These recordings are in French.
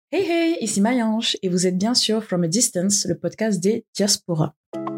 Hey hey, ici Mayanche et vous êtes bien sûr From a Distance, le podcast des diasporas.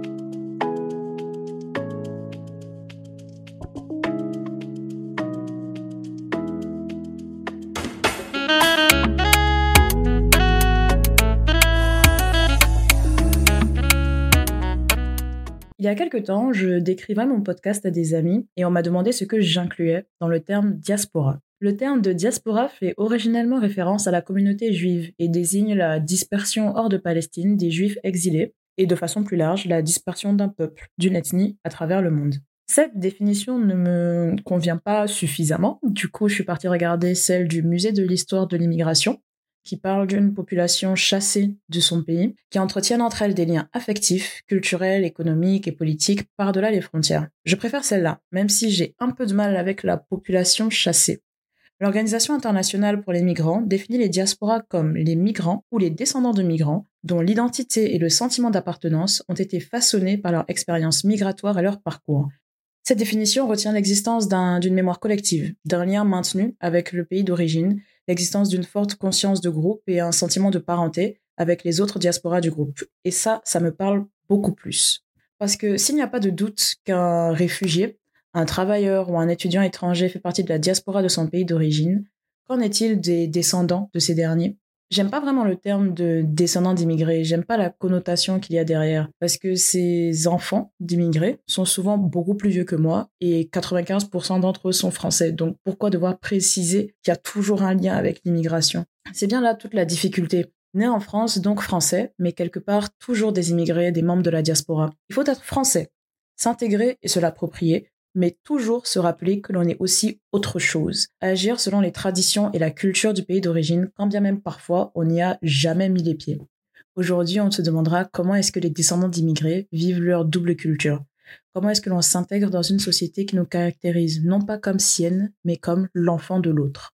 Il y a quelque temps, je décrivais mon podcast à des amis et on m'a demandé ce que j'incluais dans le terme diaspora. Le terme de diaspora fait originellement référence à la communauté juive et désigne la dispersion hors de Palestine des juifs exilés et de façon plus large, la dispersion d'un peuple, d'une ethnie à travers le monde. Cette définition ne me convient pas suffisamment, du coup je suis partie regarder celle du Musée de l'histoire de l'immigration, qui parle d'une population chassée de son pays, qui entretiennent entre elles des liens affectifs, culturels, économiques et politiques par-delà les frontières. Je préfère celle-là, même si j'ai un peu de mal avec la population chassée. L'Organisation internationale pour les migrants définit les diasporas comme les migrants ou les descendants de migrants dont l'identité et le sentiment d'appartenance ont été façonnés par leur expérience migratoire et leur parcours. Cette définition retient l'existence d'une mémoire collective, d'un lien maintenu avec le pays d'origine, l'existence d'une forte conscience de groupe et un sentiment de parenté avec les autres diasporas du groupe. Et ça me parle beaucoup plus. Parce que s'il n'y a pas de doute qu'un réfugié, un travailleur ou un étudiant étranger fait partie de la diaspora de son pays d'origine, qu'en est-il des descendants de ces derniers ? J'aime pas vraiment le terme de descendants d'immigrés, j'aime pas la connotation qu'il y a derrière, parce que ces enfants d'immigrés sont souvent beaucoup plus vieux que moi, et 95% d'entre eux sont français, donc pourquoi devoir préciser qu'il y a toujours un lien avec l'immigration ? C'est bien là toute la difficulté. Né en France, donc français, mais quelque part toujours des immigrés, des membres de la diaspora. Il faut être français, s'intégrer et se l'approprier, mais toujours se rappeler que l'on est aussi autre chose. Agir selon les traditions et la culture du pays d'origine, quand bien même parfois on n'y a jamais mis les pieds. Aujourd'hui, on se demandera comment est-ce que les descendants d'immigrés vivent leur double culture. Comment est-ce que l'on s'intègre dans une société qui nous caractérise non pas comme sienne, mais comme l'enfant de l'autre.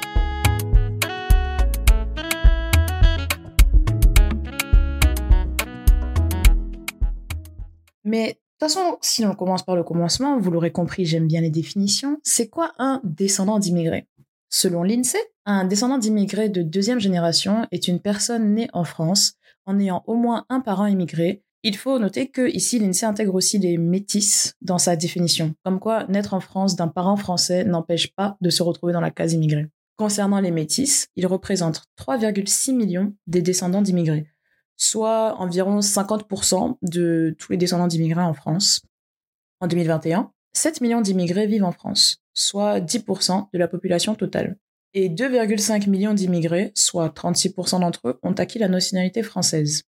Mais de toute façon, si on commence par le commencement, vous l'aurez compris, j'aime bien les définitions. C'est quoi un descendant d'immigré ? Selon l'INSEE, un descendant d'immigré de deuxième génération est une personne née en France en ayant au moins un parent immigré. Il faut noter que ici, l'INSEE intègre aussi les métis dans sa définition. Comme quoi, naître en France d'un parent français n'empêche pas de se retrouver dans la case immigré. Concernant les métis, ils représentent 3,6 millions des descendants d'immigrés, soit environ 50% de tous les descendants d'immigrés en France. En 2021, 7 millions d'immigrés vivent en France, soit 10% de la population totale. Et 2,5 millions d'immigrés, soit 36% d'entre eux, ont acquis la nationalité française.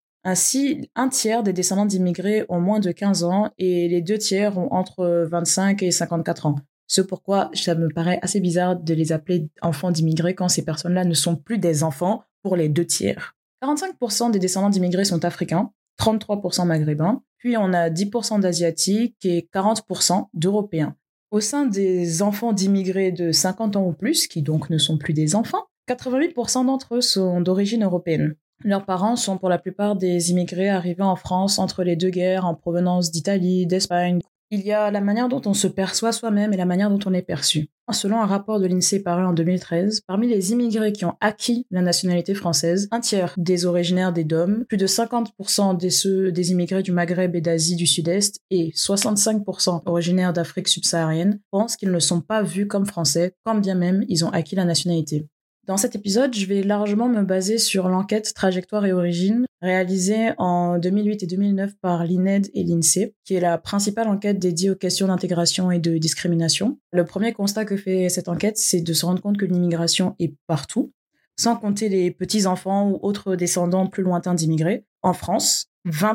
Ainsi, un tiers des descendants d'immigrés ont moins de 15 ans et les 2 tiers ont entre 25 et 54 ans. Ce pourquoi ça me paraît assez bizarre de les appeler enfants d'immigrés quand ces personnes-là ne sont plus des enfants pour les 2 tiers. 45% des descendants d'immigrés sont africains, 33% maghrébins, puis on a 10% d'asiatiques et 40% d'européens. Au sein des enfants d'immigrés de 50 ans ou plus, qui donc ne sont plus des enfants, 88% d'entre eux sont d'origine européenne. Leurs parents sont pour la plupart des immigrés arrivés en France entre les 2 guerres en provenance d'Italie, d'Espagne. Il y a la manière dont on se perçoit soi-même et la manière dont on est perçu. Selon un rapport de l'INSEE paru en 2013, parmi les immigrés qui ont acquis la nationalité française, un tiers des originaires des DOM, plus de 50% des immigrés du Maghreb et d'Asie du Sud-Est et 65% originaires d'Afrique subsaharienne pensent qu'ils ne sont pas vus comme français, quand bien même ils ont acquis la nationalité. Dans cet épisode, je vais largement me baser sur l'enquête Trajectoire et Origine réalisée en 2008 et 2009 par l'INED et l'INSEE, qui est la principale enquête dédiée aux questions d'intégration et de discrimination. Le premier constat que fait cette enquête, c'est de se rendre compte que l'immigration est partout, sans compter les petits-enfants ou autres descendants plus lointains d'immigrés. En France,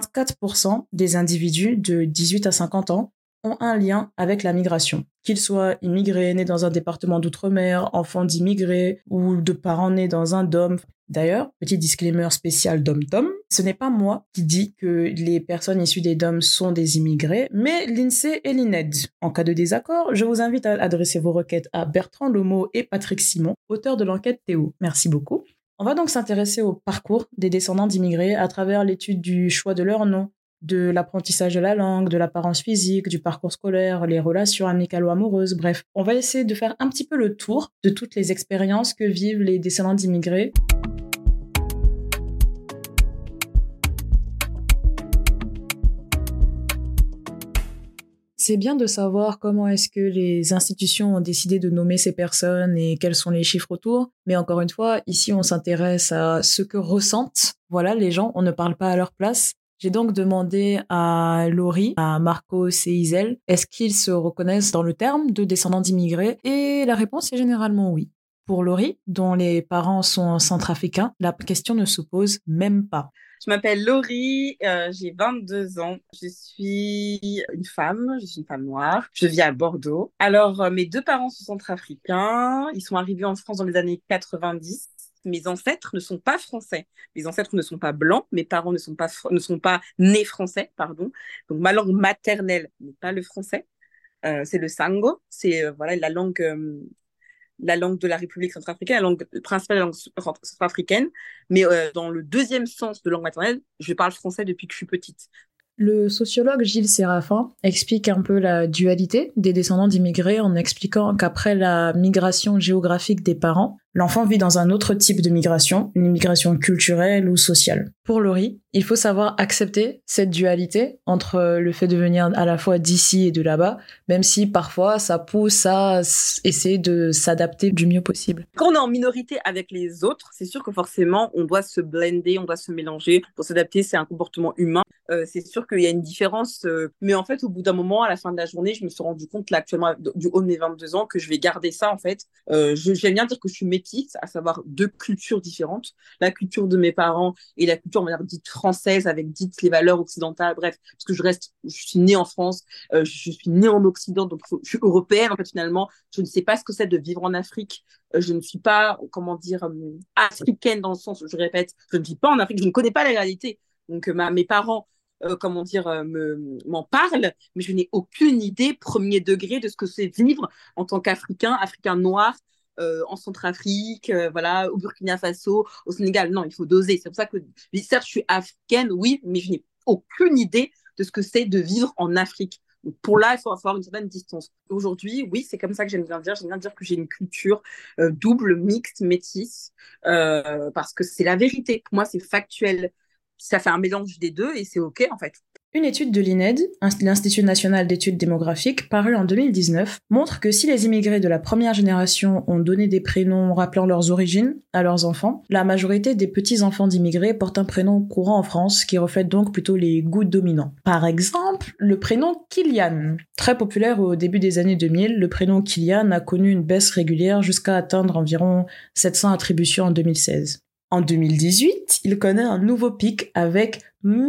24% des individus de 18 à 50 ans ont un lien avec la migration. Qu'ils soient immigrés, nés dans un département d'outre-mer, enfants d'immigrés ou de parents nés dans un DOM. D'ailleurs, petit disclaimer spécial DOM-TOM, ce n'est pas moi qui dis que les personnes issues des DOM sont des immigrés, mais l'INSEE et l'INED. En cas de désaccord, je vous invite à adresser vos requêtes à Bertrand Lomo et Patrick Simon, auteurs de l'enquête Théo. Merci beaucoup. On va donc s'intéresser au parcours des descendants d'immigrés à travers l'étude du choix de leur nom, de l'apprentissage de la langue, de l'apparence physique, du parcours scolaire, les relations amicales ou amoureuses, bref. On va essayer de faire un petit peu le tour de toutes les expériences que vivent les descendants d'immigrés. C'est bien de savoir comment est-ce que les institutions ont décidé de nommer ces personnes et quels sont les chiffres autour. Mais encore une fois, ici, on s'intéresse à ce que ressentent, voilà, les gens. On ne parle pas à leur place. J'ai donc demandé à Laurie, à Marcos et Isel, est-ce qu'ils se reconnaissent dans le terme de descendants d'immigrés? Et la réponse est généralement oui. Pour Laurie, dont les parents sont centrafricains, la question ne se pose même pas. Je m'appelle Laurie, j'ai 22 ans. Je suis je suis une femme noire. Je vis à Bordeaux. Alors, mes deux parents sont centrafricains. Ils sont arrivés en France dans les années 90. Mes ancêtres ne sont pas français. Mes ancêtres ne sont pas blancs. Mes parents ne sont pas nés français, pardon. Donc, ma langue maternelle n'est pas le français. C'est le Sango. C'est voilà la langue de la République centrafricaine, la langue principale, la langue centrafricaine. Mais dans le deuxième sens de langue maternelle, je parle français depuis que je suis petite. Le sociologue Gilles Séraphin explique un peu la dualité des descendants d'immigrés en expliquant qu'après la migration géographique des parents, l'enfant vit dans un autre type de migration, une migration culturelle ou sociale. Pour Laurie, il faut savoir accepter cette dualité entre le fait de venir à la fois d'ici et de là-bas, même si parfois ça pousse à essayer de s'adapter du mieux possible. Quand on est en minorité avec les autres, c'est sûr que forcément on doit se blender, on doit se mélanger. Pour s'adapter, c'est un comportement humain. C'est sûr qu'il y a une différence, mais en fait, au bout d'un moment, à la fin de la journée, je me suis rendu compte, là, actuellement, du haut de mes 22 ans, que je vais garder ça, en fait. J'aime bien dire que je suis métisse, à savoir deux cultures différentes. La culture de mes parents et la culture, on va dire, dite française, avec dites les valeurs occidentales, bref, parce que je suis née en France, je suis née en Occident, donc je suis européenne, en fait, finalement. Je ne sais pas ce que c'est de vivre en Afrique. Je ne suis pas, comment dire, africaine dans le sens où je répète, je ne vis pas en Afrique, je ne connais pas la réalité. Donc, mes parents comment dire, m'en parle, mais je n'ai aucune idée, premier degré, de ce que c'est vivre en tant qu'Africain, Africain noir, en Centrafrique, voilà, au Burkina Faso, au Sénégal. Non, il faut doser. C'est pour ça que, certes, je suis africaine, oui, mais je n'ai aucune idée de ce que c'est de vivre en Afrique. Donc, pour là, il faut avoir une certaine distance. Aujourd'hui, oui, c'est comme ça que j'aime bien dire. J'aime bien dire que j'ai une culture double, mixte, métisse, parce que c'est la vérité. Pour moi, c'est factuel. Ça fait un mélange des deux et c'est OK en fait. Une étude de l'INED, l'Institut national d'études démographiques, parue en 2019, montre que si les immigrés de la première génération ont donné des prénoms rappelant leurs origines à leurs enfants, la majorité des petits-enfants d'immigrés portent un prénom courant en France qui reflète donc plutôt les goûts dominants. Par exemple, le prénom Kylian. Très populaire au début des années 2000, le prénom Kylian a connu une baisse régulière jusqu'à atteindre environ 700 attributions en 2016. En 2018, il connaît un nouveau pic avec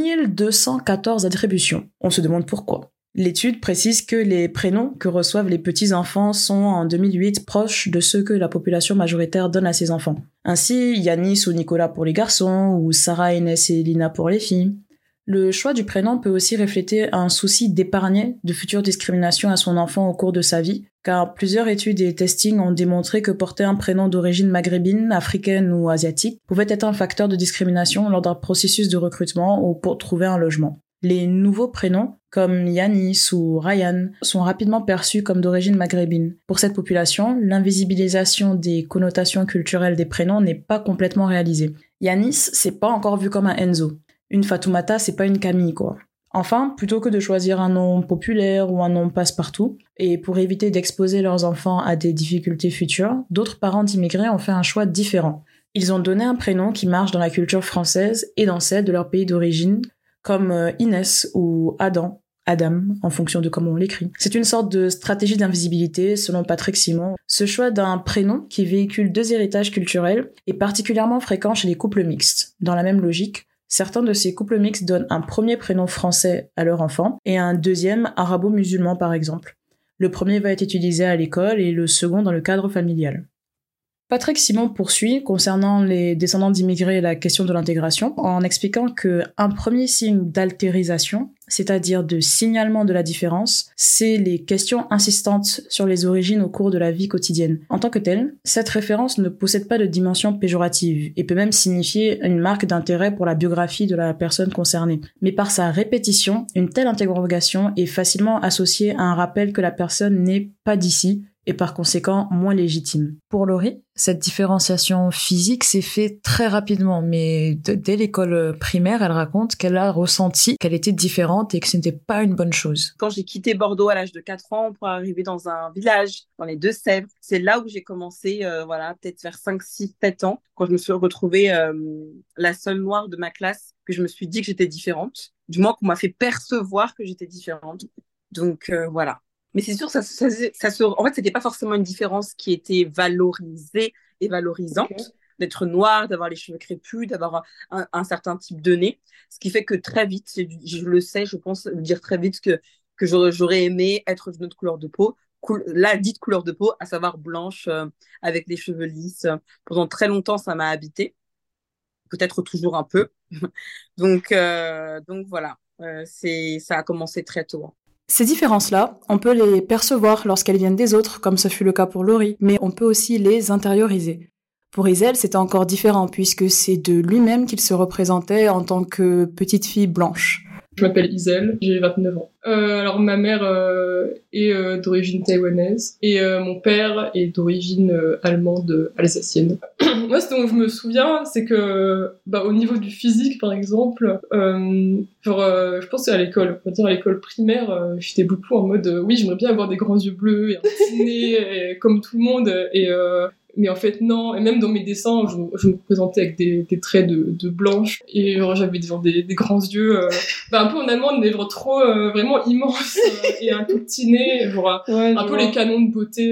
1214 attributions. On se demande pourquoi. L'étude précise que les prénoms que reçoivent les petits-enfants sont en 2008 proches de ceux que la population majoritaire donne à ses enfants. Ainsi, Yanis ou Nicolas pour les garçons, ou Sarah, Inès et Lina pour les filles. Le choix du prénom peut aussi refléter un souci d'épargner de futures discriminations à son enfant au cours de sa vie, car plusieurs études et testings ont démontré que porter un prénom d'origine maghrébine, africaine ou asiatique pouvait être un facteur de discrimination lors d'un processus de recrutement ou pour trouver un logement. Les nouveaux prénoms, comme Yanis ou Ryan, sont rapidement perçus comme d'origine maghrébine. Pour cette population, l'invisibilisation des connotations culturelles des prénoms n'est pas complètement réalisée. Yanis, c'est pas encore vu comme un Enzo. Une Fatoumata, c'est pas une Camille, quoi. Enfin, plutôt que de choisir un nom populaire ou un nom passe-partout, et pour éviter d'exposer leurs enfants à des difficultés futures, d'autres parents d'immigrés ont fait un choix différent. Ils ont donné un prénom qui marche dans la culture française et dans celle de leur pays d'origine, comme Inès ou Adam, en fonction de comment on l'écrit. C'est une sorte de stratégie d'invisibilité, selon Patrick Simon. Ce choix d'un prénom qui véhicule deux héritages culturels est particulièrement fréquent chez les couples mixtes. Dans la même logique, certains de ces couples mixtes donnent un premier prénom français à leur enfant et un deuxième arabo-musulman par exemple. Le premier va être utilisé à l'école et le second dans le cadre familial. Patrick Simon poursuit concernant les descendants d'immigrés et la question de l'intégration en expliquant qu'un premier signe d'altérisation, c'est-à-dire de signalement de la différence, c'est les questions insistantes sur les origines au cours de la vie quotidienne. En tant que telle, cette référence ne possède pas de dimension péjorative et peut même signifier une marque d'intérêt pour la biographie de la personne concernée. Mais par sa répétition, une telle interrogation est facilement associée à un rappel que la personne n'est pas d'ici et par conséquent moins légitime. Pour Laurie, cette différenciation physique s'est faite très rapidement, mais dès l'école primaire, elle raconte qu'elle a ressenti qu'elle était différente et que ce n'était pas une bonne chose. Quand j'ai quitté Bordeaux à l'âge de 4 ans pour arriver dans un village dans les Deux-Sèvres, c'est là où j'ai commencé, peut-être vers 5, 6, 7 ans, quand je me suis retrouvée la seule noire de ma classe, que je me suis dit que j'étais différente, du moins qu'on m'a fait percevoir que j'étais différente. Donc voilà. Mais c'est sûr, en fait, c'était pas forcément une différence qui était valorisée et valorisante. Okay. D'être noire, d'avoir les cheveux crépus, d'avoir un certain type de nez. Ce qui fait que très vite, je le sais, je pense dire très vite que j'aurais aimé être d'une autre couleur de peau. La dite couleur de peau, à savoir blanche, avec les cheveux lisses. Pendant très longtemps, ça m'a habité. Peut-être toujours un peu. donc voilà, ça a commencé très tôt. Hein. Ces différences-là, on peut les percevoir lorsqu'elles viennent des autres, comme ce fut le cas pour Laurie, mais on peut aussi les intérioriser. Pour Isel, c'était encore différent, puisque c'est de lui-même qu'il se représentait en tant que petite fille blanche. Je m'appelle Isel, j'ai 29 ans. Alors ma mère est d'origine taïwanaise et mon père est d'origine allemande alsacienne. Moi, ce dont je me souviens, c'est que au niveau du physique, par exemple, je pense que à l'école, on va dire à l'école primaire, j'étais beaucoup en mode oui, j'aimerais bien avoir des grands yeux bleus et un petit nez comme tout le monde mais en fait non, et même dans mes dessins je me présentais avec des traits de blanche et j'avais des grands yeux un peu en allemand, mais trop vraiment immenses et un tout petit nez, un peu les canons de beauté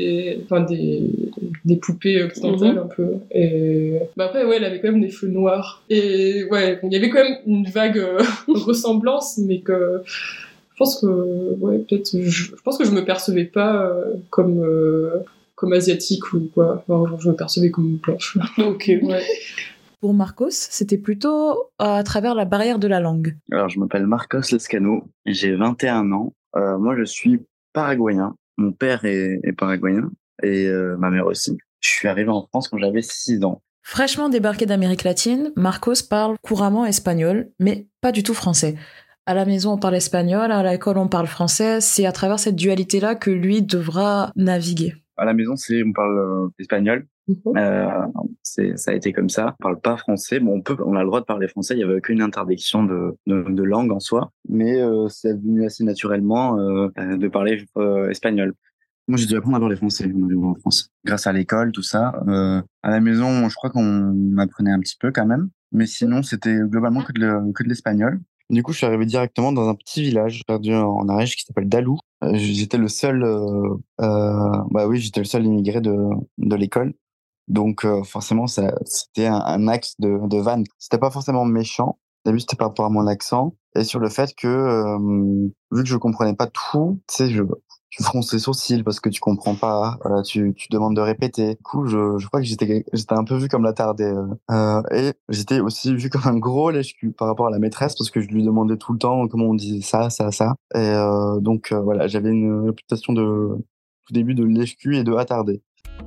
des poupées occidentales un peu. Et après elle avait quand même des cheveux noirs et il y avait quand même une vague ressemblance, mais que je pense que je pense que je me percevais pas comme asiatique ou quoi. Enfin, je me percevais comme blanche. Ok. Ouais. Pour Marcos, c'était plutôt à travers la barrière de la langue. Alors, je m'appelle Marcos Lescano, j'ai 21 ans. Moi, je suis paraguayen. Mon père est paraguayen et ma mère aussi. Je suis arrivé en France quand j'avais 6 ans. Fraîchement débarqué d'Amérique latine, Marcos parle couramment espagnol, mais pas du tout français. À la maison, on parle espagnol, à l'école, on parle français. C'est à travers cette dualité-là que lui devra naviguer. À la maison, on parle espagnol. Ça a été comme ça. On parle pas français. Bon, on a le droit de parler français. Il y avait aucune interdiction de langue en soi, mais c'est venu assez naturellement de parler espagnol. Moi, j'ai dû apprendre à parler français en France, grâce à l'école, tout ça. À la maison, je crois qu'on apprenait un petit peu quand même, mais sinon, c'était globalement que de l'espagnol. Du coup, je suis arrivé directement dans un petit village perdu en Ariège qui s'appelle Dalou. J'étais le seul, j'étais le seul immigré de l'école. Donc, forcément, c'était un axe de vanne. C'était pas forcément méchant. Au début, c'était par rapport à mon accent et sur le fait que, vu que je comprenais pas tout, tu sais, tu fronces les sourcils parce que tu comprends pas, tu demandes de répéter. Du coup, je crois que j'étais un peu vu comme l'attardé. Et j'étais aussi vu comme un gros lèche-cul par rapport à la maîtresse parce que je lui demandais tout le temps comment on disait ça. Et donc, j'avais une réputation tout début de lèche-cul et de attardé.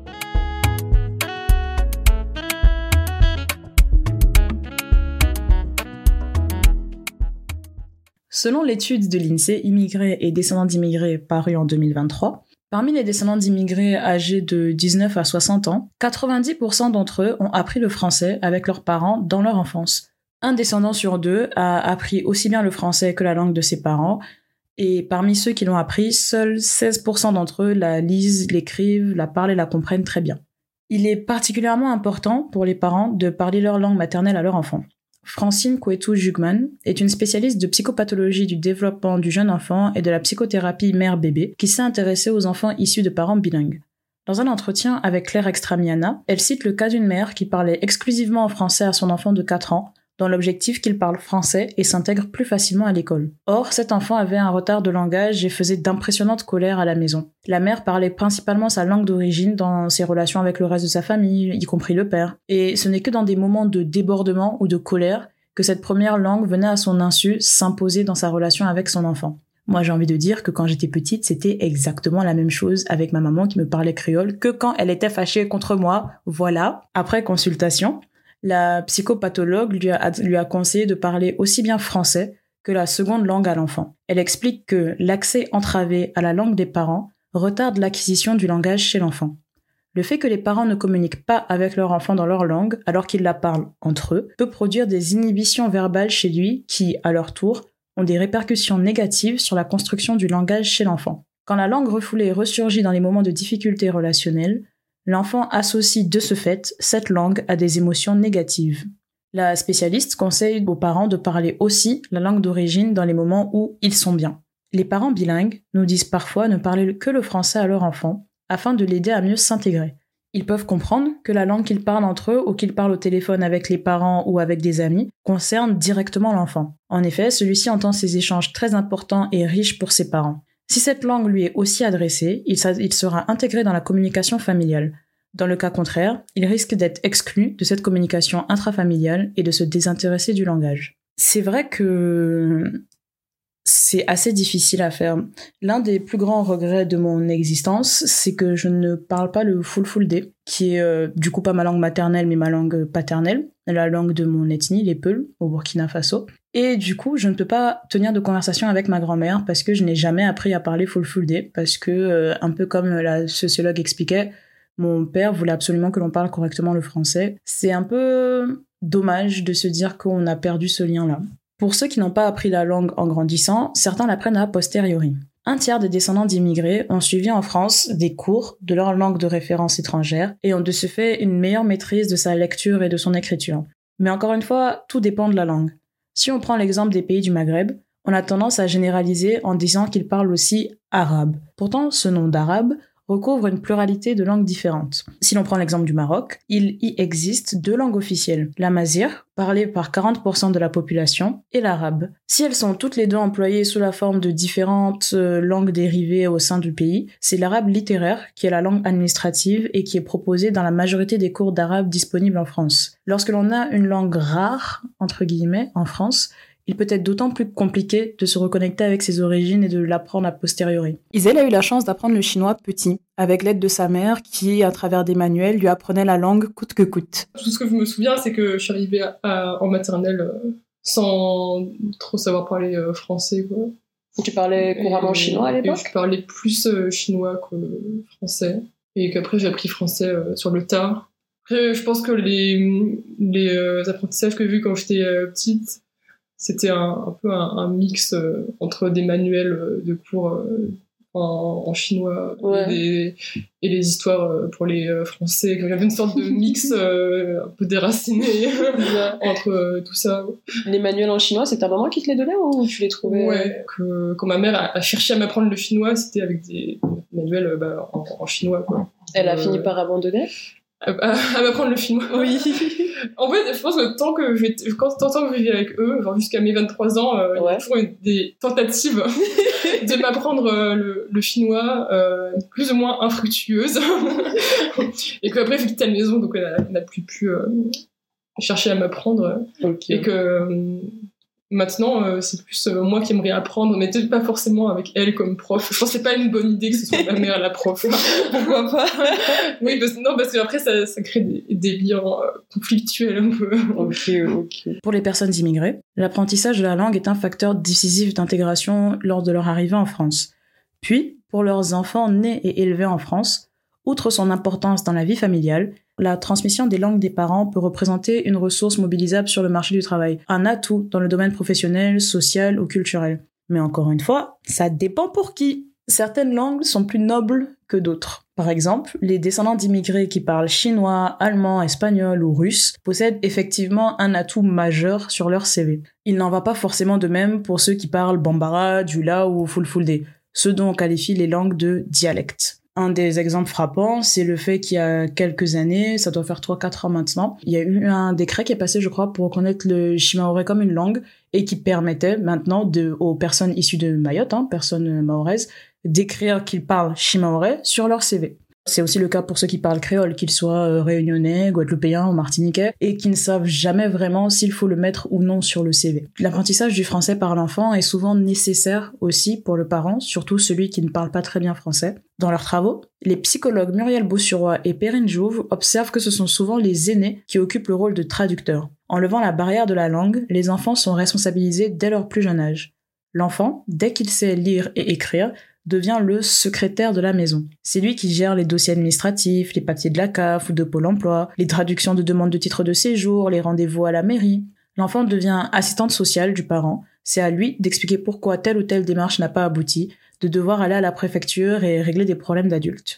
Selon l'étude de l'INSEE, immigrés et descendants d'immigrés parue en 2023, parmi les descendants d'immigrés âgés de 19 à 60 ans, 90% d'entre eux ont appris le français avec leurs parents dans leur enfance. Un descendant sur deux a appris aussi bien le français que la langue de ses parents, et parmi ceux qui l'ont appris, seuls 16% d'entre eux la lisent, l'écrivent, la parlent et la comprennent très bien. Il est particulièrement important pour les parents de parler leur langue maternelle à leur enfant. Francine Couetou-Jugman est une spécialiste de psychopathologie du développement du jeune enfant et de la psychothérapie mère-bébé qui s'est intéressée aux enfants issus de parents bilingues. Dans un entretien avec Claire Extramiana, elle cite le cas d'une mère qui parlait exclusivement en français à son enfant de 4 ans, dans l'objectif qu'il parle français et s'intègre plus facilement à l'école. Or, cet enfant avait un retard de langage et faisait d'impressionnantes colères à la maison. La mère parlait principalement sa langue d'origine dans ses relations avec le reste de sa famille, y compris le père. Et ce n'est que dans des moments de débordement ou de colère que cette première langue venait à son insu s'imposer dans sa relation avec son enfant. Moi, j'ai envie de dire que quand j'étais petite, c'était exactement la même chose avec ma maman qui me parlait créole que quand elle était fâchée contre moi. Voilà. Après consultation, la psychopathologue lui a conseillé de parler aussi bien français que la seconde langue à l'enfant. Elle explique que l'accès entravé à la langue des parents retarde l'acquisition du langage chez l'enfant. Le fait que les parents ne communiquent pas avec leur enfant dans leur langue alors qu'ils la parlent entre eux peut produire des inhibitions verbales chez lui qui, à leur tour, ont des répercussions négatives sur la construction du langage chez l'enfant. Quand la langue refoulée ressurgit dans les moments de difficultés relationnelles, l'enfant associe de ce fait cette langue à des émotions négatives. La spécialiste conseille aux parents de parler aussi la langue d'origine dans les moments où ils sont bien. Les parents bilingues nous disent parfois ne parler que le français à leur enfant, afin de l'aider à mieux s'intégrer. Ils peuvent comprendre que la langue qu'ils parlent entre eux ou qu'ils parlent au téléphone avec les parents ou avec des amis concerne directement l'enfant. En effet, celui-ci entend ces échanges très importants et riches pour ses parents. Si cette langue lui est aussi adressée, il sera intégré dans la communication familiale. Dans le cas contraire, il risque d'être exclu de cette communication intrafamiliale et de se désintéresser du langage. C'est vrai que c'est assez difficile à faire. L'un des plus grands regrets de mon existence, c'est que je ne parle pas le fulfulde, qui est du coup pas ma langue maternelle, mais ma langue paternelle, la langue de mon ethnie, les Peuls, au Burkina Faso. Et du coup, je ne peux pas tenir de conversation avec ma grand-mère parce que je n'ai jamais appris à parler fulfulde, parce que, un peu comme la sociologue expliquait, mon père voulait absolument que l'on parle correctement le français. C'est un peu dommage de se dire qu'on a perdu ce lien-là. Pour ceux qui n'ont pas appris la langue en grandissant, certains l'apprennent a posteriori. Un tiers des descendants d'immigrés ont suivi en France des cours de leur langue de référence étrangère et ont de ce fait une meilleure maîtrise de sa lecture et de son écriture. Mais encore une fois, tout dépend de la langue. Si on prend l'exemple des pays du Maghreb, on a tendance à généraliser en disant qu'ils parlent aussi arabe. Pourtant, ce nom d'arabe recouvre une pluralité de langues différentes. Si l'on prend l'exemple du Maroc, il y existe 2 langues officielles, l'amazigh, parlée par 40% de la population, et l'arabe. Si elles sont toutes les deux employées sous la forme de différentes langues dérivées au sein du pays, c'est l'arabe littéraire qui est la langue administrative et qui est proposée dans la majorité des cours d'arabe disponibles en France. Lorsque l'on a une langue rare, entre guillemets, en France, il peut être d'autant plus compliqué de se reconnecter avec ses origines et de l'apprendre a posteriori. Isel a eu la chance d'apprendre le chinois petit, avec l'aide de sa mère qui, à travers des manuels, lui apprenait la langue coûte que coûte. Tout ce que je me souviens, c'est que je suis arrivée en maternelle sans trop savoir parler français, quoi. Tu parlais couramment chinois à l'époque ? Je parlais plus chinois que français. Et qu'après, j'ai appris français sur le tard. Après, je pense que les apprentissages que j'ai vus quand j'étais petite, c'était un peu un mix entre des manuels de cours en chinois et les histoires pour les français. Il y avait une sorte de mix un peu déraciné entre tout ça. Les manuels en chinois, c'est ta maman qui te les donnait ou tu les trouvais Ouais, quand ma mère a cherché à m'apprendre le chinois, c'était avec des manuels en chinois, quoi. Elle a fini par abandonner à m'apprendre le chinois. Oui. En fait, je pense que tant que je vivais avec eux, genre jusqu'à mes 23 ans, il y a toujours eu des tentatives de m'apprendre le chinois, plus ou moins infructueuses. Et qu'après, j'ai quitté la maison, donc elle n'a plus pu chercher à m'apprendre. Okay. Et que maintenant, c'est plus moi qui aimerais apprendre, mais peut-être pas forcément avec elle comme prof. Je pense que c'est pas une bonne idée que ce soit ma mère la prof. Pourquoi pas? Oui, parce que après ça crée des liens conflictuels un peu. Ok. Pour les personnes immigrées, l'apprentissage de la langue est un facteur décisif d'intégration lors de leur arrivée en France. Puis, pour leurs enfants nés et élevés en France, outre son importance dans la vie familiale, la transmission des langues des parents peut représenter une ressource mobilisable sur le marché du travail, un atout dans le domaine professionnel, social ou culturel. Mais encore une fois, ça dépend pour qui. Certaines langues sont plus nobles que d'autres. Par exemple, les descendants d'immigrés qui parlent chinois, allemand, espagnol ou russe possèdent effectivement un atout majeur sur leur CV. Il n'en va pas forcément de même pour ceux qui parlent bambara, dula ou fulfulde, ceux dont on qualifie les langues de dialectes. Un des exemples frappants, c'est le fait qu'il y a quelques années, ça doit faire 3-4 ans maintenant, il y a eu un décret qui est passé, je crois, pour reconnaître le shimaoré comme une langue et qui permettait maintenant aux personnes issues de Mayotte, personnes mahoraises, d'écrire qu'ils parlent shimaoré sur leur CV. C'est aussi le cas pour ceux qui parlent créole, qu'ils soient réunionnais, guadeloupéens ou martiniquais, et qui ne savent jamais vraiment s'il faut le mettre ou non sur le CV. L'apprentissage du français par l'enfant est souvent nécessaire aussi pour le parent, surtout celui qui ne parle pas très bien français. Dans leurs travaux, les psychologues Muriel Boussurois et Perrine Jouve observent que ce sont souvent les aînés qui occupent le rôle de traducteurs. En levant la barrière de la langue, les enfants sont responsabilisés dès leur plus jeune âge. L'enfant, dès qu'il sait lire et écrire, devient le secrétaire de la maison. C'est lui qui gère les dossiers administratifs, les papiers de la CAF ou de Pôle emploi, les traductions de demandes de titre de séjour, les rendez-vous à la mairie. L'enfant devient assistante sociale du parent. C'est à lui d'expliquer pourquoi telle ou telle démarche n'a pas abouti, de devoir aller à la préfecture et régler des problèmes d'adultes.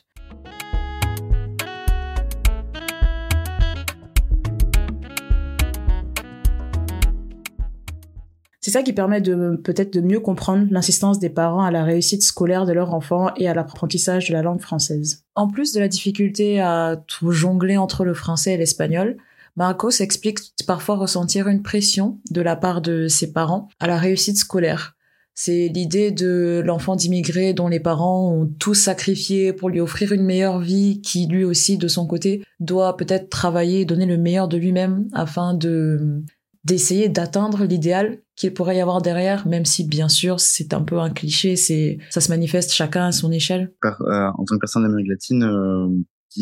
C'est ça qui permet peut-être de mieux comprendre l'insistance des parents à la réussite scolaire de leur enfant et à l'apprentissage de la langue française. En plus de la difficulté à tout jongler entre le français et l'espagnol, Marcos explique parfois ressentir une pression de la part de ses parents à la réussite scolaire. C'est l'idée de l'enfant d'immigré dont les parents ont tout sacrifié pour lui offrir une meilleure vie, qui lui aussi, de son côté, doit peut-être travailler et donner le meilleur de lui-même afin d'essayer d'atteindre l'idéal qu'il pourrait y avoir derrière, même si bien sûr c'est un peu un cliché, ça se manifeste chacun à son échelle. En tant que personne d'Amérique latine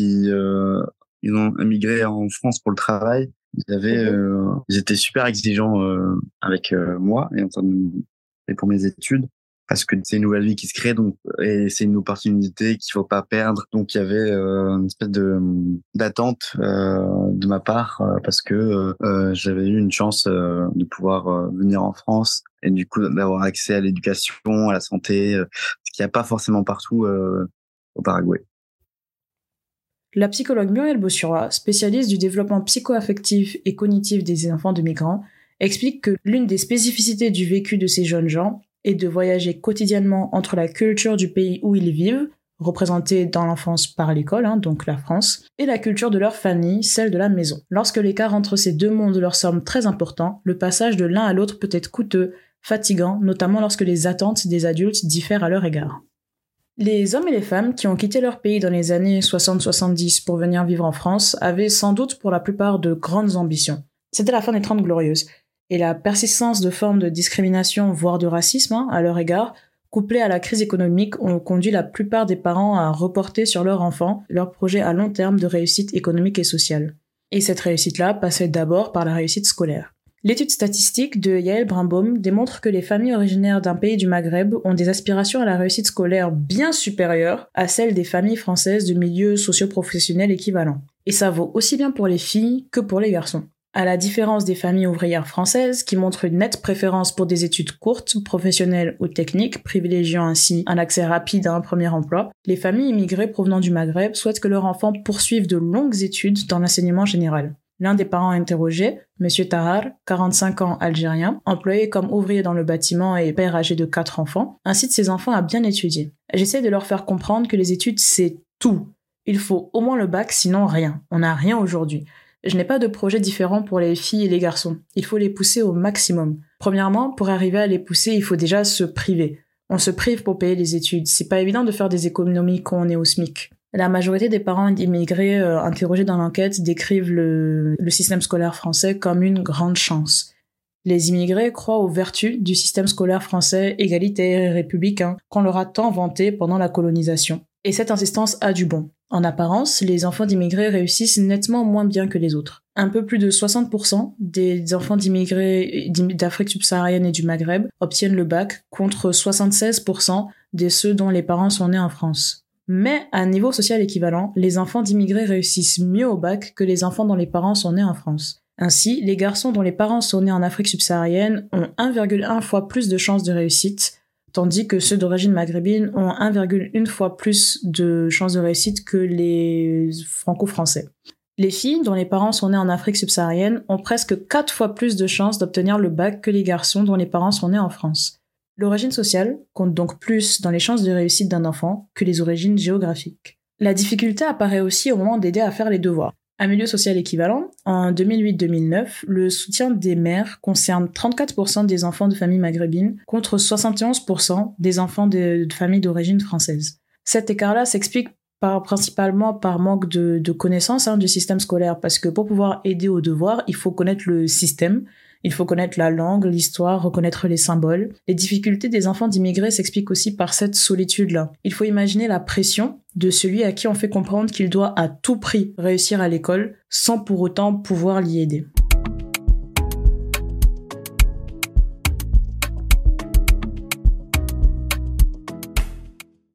ils ont immigré en France pour le travail, ils étaient super exigeants avec moi et pour mes études, parce que c'est une nouvelle vie qui se crée, donc, et c'est une opportunité qu'il faut pas perdre. Donc il y avait une espèce d'attente de ma part, parce que j'avais eu une chance de pouvoir venir en France et du coup d'avoir accès à l'éducation, à la santé, ce qu'il n'y a pas forcément partout au Paraguay. La psychologue Muriel Bossurat, spécialiste du développement psycho-affectif et cognitif des enfants de migrants, explique que l'une des spécificités du vécu de ces jeunes gens est de voyager quotidiennement entre la culture du pays où ils vivent, représentée dans l'enfance par l'école, donc la France, et la culture de leur famille, celle de la maison. Lorsque l'écart entre ces deux mondes leur semble très important, le passage de l'un à l'autre peut être coûteux, fatigant, notamment lorsque les attentes des adultes diffèrent à leur égard. Les hommes et les femmes qui ont quitté leur pays dans les années 60-70 pour venir vivre en France avaient sans doute pour la plupart de grandes ambitions. C'était la fin des 30 glorieuses. Et la persistance de formes de discrimination, voire de racisme, à leur égard, couplée à la crise économique, ont conduit la plupart des parents à reporter sur leurs enfants leur projet à long terme de réussite économique et sociale. Et cette réussite-là passait d'abord par la réussite scolaire. L'étude statistique de Yael Brimbaum démontre que les familles originaires d'un pays du Maghreb ont des aspirations à la réussite scolaire bien supérieures à celles des familles françaises de milieux socio-professionnels équivalents. Et ça vaut aussi bien pour les filles que pour les garçons. À la différence des familles ouvrières françaises qui montrent une nette préférence pour des études courtes, professionnelles ou techniques, privilégiant ainsi un accès rapide à un premier emploi, les familles immigrées provenant du Maghreb souhaitent que leurs enfants poursuivent de longues études dans l'enseignement général. L'un des parents interrogés, M. Tahar, 45 ans, algérien, employé comme ouvrier dans le bâtiment et père âgé de 4 enfants, incite ses enfants à bien étudier. J'essaie de leur faire comprendre que les études, c'est tout. Il faut au moins le bac, sinon rien. On n'a rien aujourd'hui. Je n'ai pas de projet différent pour les filles et les garçons. Il faut les pousser au maximum. Premièrement, pour arriver à les pousser, il faut déjà se priver. On se prive pour payer les études. C'est pas évident de faire des économies quand on est au SMIC. La majorité des parents immigrés interrogés dans l'enquête décrivent le système scolaire français comme une grande chance. Les immigrés croient aux vertus du système scolaire français égalitaire et républicain qu'on leur a tant vanté pendant la colonisation. Et cette insistance a du bon. En apparence, les enfants d'immigrés réussissent nettement moins bien que les autres. Un peu plus de 60% des enfants d'immigrés d'Afrique subsaharienne et du Maghreb obtiennent le bac, contre 76% de ceux dont les parents sont nés en France. Mais à niveau social équivalent, les enfants d'immigrés réussissent mieux au bac que les enfants dont les parents sont nés en France. Ainsi, les garçons dont les parents sont nés en Afrique subsaharienne ont 1,1 fois plus de chances de réussite, tandis que ceux d'origine maghrébine ont 1,1 fois plus de chances de réussite que les franco-français. Les filles dont les parents sont nés en Afrique subsaharienne ont presque 4 fois plus de chances d'obtenir le bac que les garçons dont les parents sont nés en France. L'origine sociale compte donc plus dans les chances de réussite d'un enfant que les origines géographiques. La difficulté apparaît aussi au moment d'aider à faire les devoirs. À milieu social équivalent, en 2008-2009, le soutien des mères concerne 34% des enfants de familles maghrébines contre 71% des enfants de familles d'origine française. Cet écart-là s'explique principalement par manque de connaissances du système scolaire, parce que pour pouvoir aider aux devoirs, il faut connaître le système, il faut connaître la langue, l'histoire, reconnaître les symboles. Les difficultés des enfants d'immigrés s'expliquent aussi par cette solitude-là. Il faut imaginer la pression de celui à qui on fait comprendre qu'il doit à tout prix réussir à l'école, sans pour autant pouvoir l'y aider.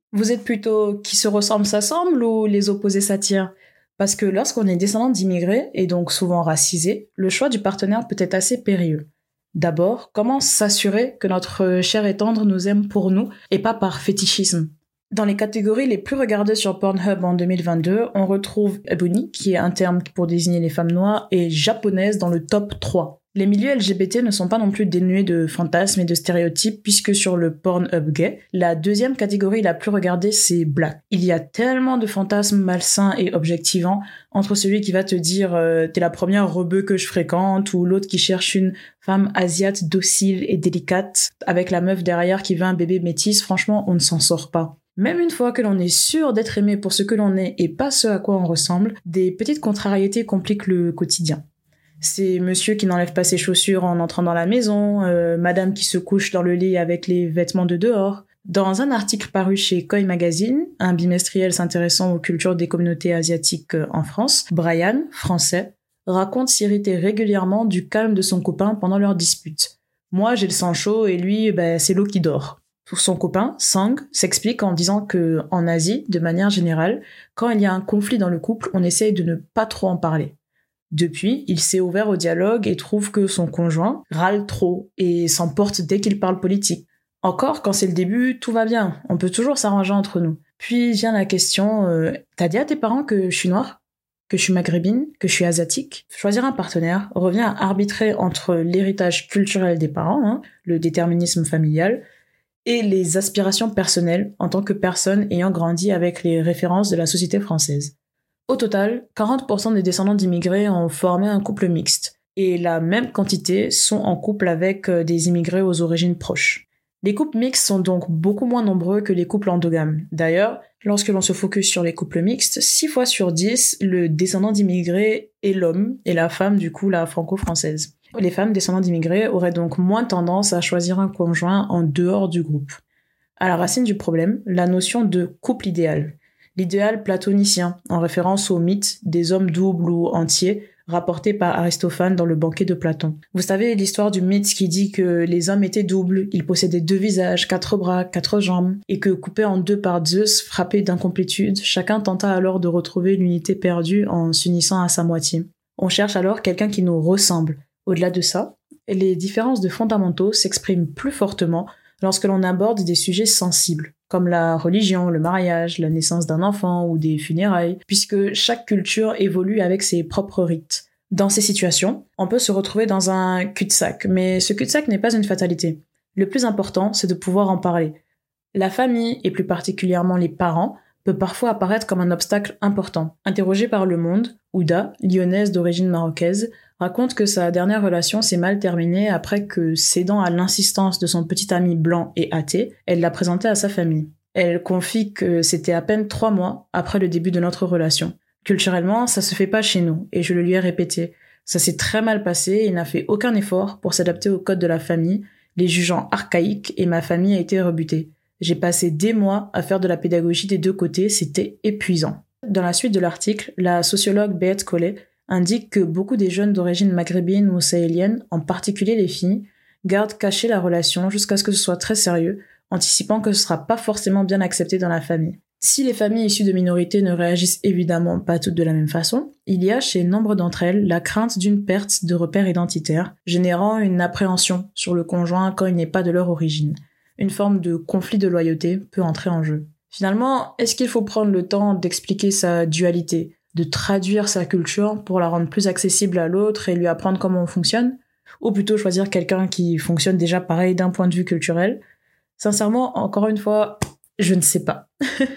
Vous êtes plutôt qui se ressemble s'assemble ou les opposés s'attirent? Parce que lorsqu'on est descendant d'immigrés, et donc souvent racisé, le choix du partenaire peut être assez périlleux. D'abord, comment s'assurer que notre chair et tendre nous aime pour nous et pas par fétichisme? Dans les catégories les plus regardées sur Pornhub en 2022, on retrouve Ebony, qui est un terme pour désigner les femmes noires, et japonaise dans le top 3. Les milieux LGBT ne sont pas non plus dénués de fantasmes et de stéréotypes, puisque sur le Pornhub gay, la deuxième catégorie la plus regardée, c'est Black. Il y a tellement de fantasmes malsains et objectivants entre celui qui va te dire t'es la première rebeu que je fréquente, ou l'autre qui cherche une femme asiate docile et délicate, avec la meuf derrière qui veut un bébé métis. Franchement, on ne s'en sort pas. Même une fois que l'on est sûr d'être aimé pour ce que l'on est et pas ce à quoi on ressemble, des petites contrariétés compliquent le quotidien. C'est monsieur qui n'enlève pas ses chaussures en entrant dans la maison, madame qui se couche dans le lit avec les vêtements de dehors. Dans un article paru chez Koi Magazine, un bimestriel s'intéressant aux cultures des communautés asiatiques en France, Brian, français, raconte s'irriter régulièrement du calme de son copain pendant leur dispute. Moi, j'ai le sang chaud et lui, c'est l'eau qui dort. Son copain, Sang, s'explique en disant que, en Asie, de manière générale, quand il y a un conflit dans le couple, on essaye de ne pas trop en parler. Depuis, il s'est ouvert au dialogue et trouve que son conjoint râle trop et s'emporte dès qu'il parle politique. Encore, quand c'est le début, tout va bien, on peut toujours s'arranger entre nous. Puis vient la question, t'as dit à tes parents que je suis noire? Que je suis maghrébine? Que je suis asiatique? Choisir un partenaire revient à arbitrer entre l'héritage culturel des parents, le déterminisme familial, et les aspirations personnelles en tant que personne ayant grandi avec les références de la société française. Au total, 40% des descendants d'immigrés ont formé un couple mixte, et la même quantité sont en couple avec des immigrés aux origines proches. Les couples mixtes sont donc beaucoup moins nombreux que les couples endogames. D'ailleurs, lorsque l'on se focus sur les couples mixtes, 6 fois sur 10, le descendant d'immigrés est l'homme, et la femme, du coup, la franco-française. Les femmes descendantes d'immigrés auraient donc moins tendance à choisir un conjoint en dehors du groupe. À la racine du problème, la notion de couple idéal. L'idéal platonicien, en référence au mythe des hommes doubles ou entiers, rapporté par Aristophane dans le banquet de Platon. Vous savez l'histoire du mythe qui dit que les hommes étaient doubles, ils possédaient 2 visages, 4 bras, 4 jambes, et que coupés en 2 par Zeus, frappé d'incomplétude, chacun tenta alors de retrouver l'unité perdue en s'unissant à sa moitié. On cherche alors quelqu'un qui nous ressemble. Au-delà de ça, les différences de fondamentaux s'expriment plus fortement lorsque l'on aborde des sujets sensibles, comme la religion, le mariage, la naissance d'un enfant ou des funérailles, puisque chaque culture évolue avec ses propres rites. Dans ces situations, on peut se retrouver dans un cul-de-sac, mais ce cul-de-sac n'est pas une fatalité. Le plus important, c'est de pouvoir en parler. La famille, et plus particulièrement les parents, peut parfois apparaître comme un obstacle important. Interrogée par Le Monde, Ouda, lyonnaise d'origine marocaise, raconte que sa dernière relation s'est mal terminée après que, cédant à l'insistance de son petit ami blanc et athée, elle l'a présenté à sa famille. Elle confie que c'était à peine 3 mois après le début de notre relation. Culturellement, ça se fait pas chez nous, et je le lui ai répété. Ça s'est très mal passé et il n'a fait aucun effort pour s'adapter aux codes de la famille, les jugeant archaïques, et ma famille a été rebutée. J'ai passé des mois à faire de la pédagogie des 2 côtés, c'était épuisant. Dans la suite de l'article, la sociologue Beat Collet indique que beaucoup des jeunes d'origine maghrébine ou sahélienne, en particulier les filles, gardent cachée la relation jusqu'à ce que ce soit très sérieux, anticipant que ce sera pas forcément bien accepté dans la famille. Si les familles issues de minorités ne réagissent évidemment pas toutes de la même façon, il y a chez nombre d'entre elles la crainte d'une perte de repères identitaires, générant une appréhension sur le conjoint quand il n'est pas de leur origine. Une forme de conflit de loyauté peut entrer en jeu. Finalement, est-ce qu'il faut prendre le temps d'expliquer sa dualité, de traduire sa culture pour la rendre plus accessible à l'autre et lui apprendre comment on fonctionne? Ou plutôt choisir quelqu'un qui fonctionne déjà pareil d'un point de vue culturel? Sincèrement, encore une fois, je ne sais pas.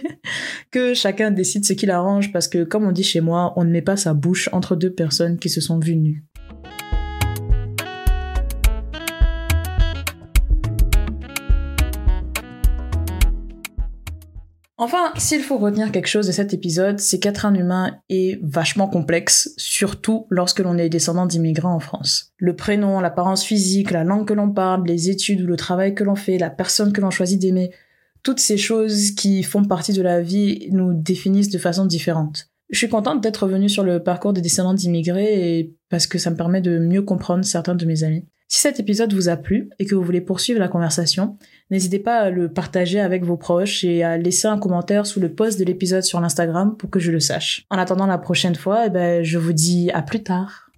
Que chacun décide ce qui l'arrange parce que, comme on dit chez moi, on ne met pas sa bouche entre 2 personnes qui se sont vues nues. Enfin, s'il faut retenir quelque chose de cet épisode, c'est qu'être un humain est vachement complexe, surtout lorsque l'on est descendant d'immigrants en France. Le prénom, l'apparence physique, la langue que l'on parle, les études ou le travail que l'on fait, la personne que l'on choisit d'aimer, toutes ces choses qui font partie de la vie nous définissent de façon différente. Je suis contente d'être revenue sur le parcours des descendants d'immigrés parce que ça me permet de mieux comprendre certains de mes amis. Si cet épisode vous a plu et que vous voulez poursuivre la conversation, n'hésitez pas à le partager avec vos proches et à laisser un commentaire sous le post de l'épisode sur l'Instagram pour que je le sache. En attendant la prochaine fois, je vous dis à plus tard.